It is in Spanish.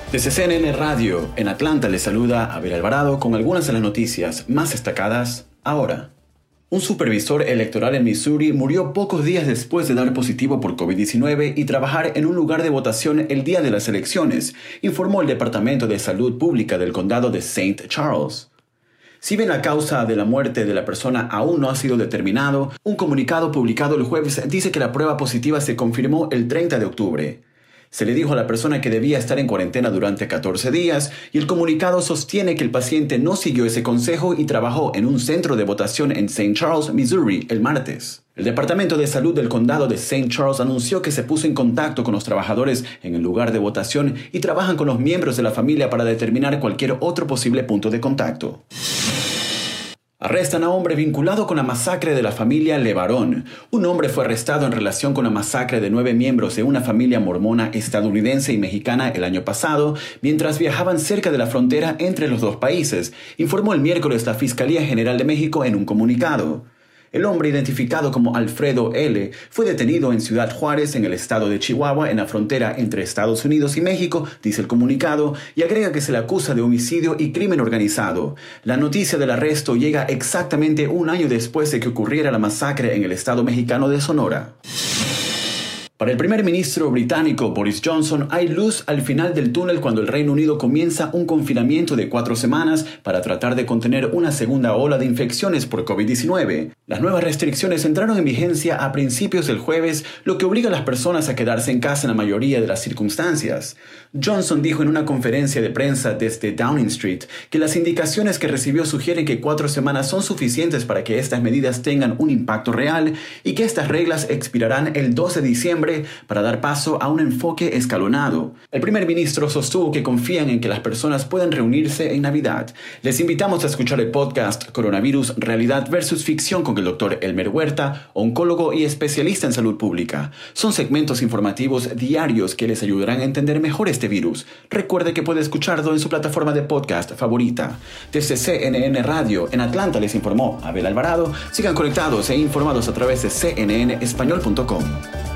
Desde CNN Radio, en Atlanta, les saluda Abel Alvarado con algunas de las noticias más destacadas ahora. Un supervisor electoral en Missouri murió pocos días después de dar positivo por COVID-19 y trabajar en un lugar de votación el día de las elecciones, informó el Departamento de Salud Pública del Condado de St. Charles. Si bien la causa de la muerte de la persona aún no ha sido determinado, un comunicado publicado el jueves dice que la prueba positiva se confirmó el 30 de octubre. Se le dijo a la persona que debía estar en cuarentena durante 14 días y el comunicado sostiene que el paciente no siguió ese consejo y trabajó en un centro de votación en St. Charles, Missouri, el martes. El Departamento de Salud del Condado de St. Charles anunció que se puso en contacto con los trabajadores en el lugar de votación y trabajan con los miembros de la familia para determinar cualquier otro posible punto de contacto. Arrestan a hombre vinculado con la masacre de la familia LeBaron. Un hombre fue arrestado en relación con la masacre de 9 miembros de una familia mormona estadounidense y mexicana el año pasado, mientras viajaban cerca de la frontera entre los dos países, informó el miércoles la Fiscalía General de México en un comunicado. El hombre, identificado como Alfredo L., fue detenido en Ciudad Juárez, en el estado de Chihuahua, en la frontera entre Estados Unidos y México, dice el comunicado, y agrega que se le acusa de homicidio y crimen organizado. La noticia del arresto llega exactamente un año después de que ocurriera la masacre en el estado mexicano de Sonora. Para el primer ministro británico Boris Johnson, hay luz al final del túnel cuando el Reino Unido comienza un confinamiento de 4 semanas para tratar de contener una segunda ola de infecciones por COVID-19. Las nuevas restricciones entraron en vigencia a principios del jueves, lo que obliga a las personas a quedarse en casa en la mayoría de las circunstancias. Johnson dijo en una conferencia de prensa desde Downing Street que las indicaciones que recibió sugieren que 4 semanas son suficientes para que estas medidas tengan un impacto real y que estas reglas expirarán el 12 de diciembre para dar paso a un enfoque escalonado. El primer ministro sostuvo que confían en que las personas puedan reunirse en Navidad. Les invitamos a escuchar el podcast Coronavirus, Realidad versus Ficción con el Dr. Elmer Huerta, oncólogo y especialista en salud pública. Son segmentos informativos diarios que les ayudarán a entender mejor este virus. Recuerde que puede escucharlo en su plataforma de podcast favorita. Desde CNN Radio en Atlanta les informó Abel Alvarado. Sigan conectados e informados a través de cnnespañol.com.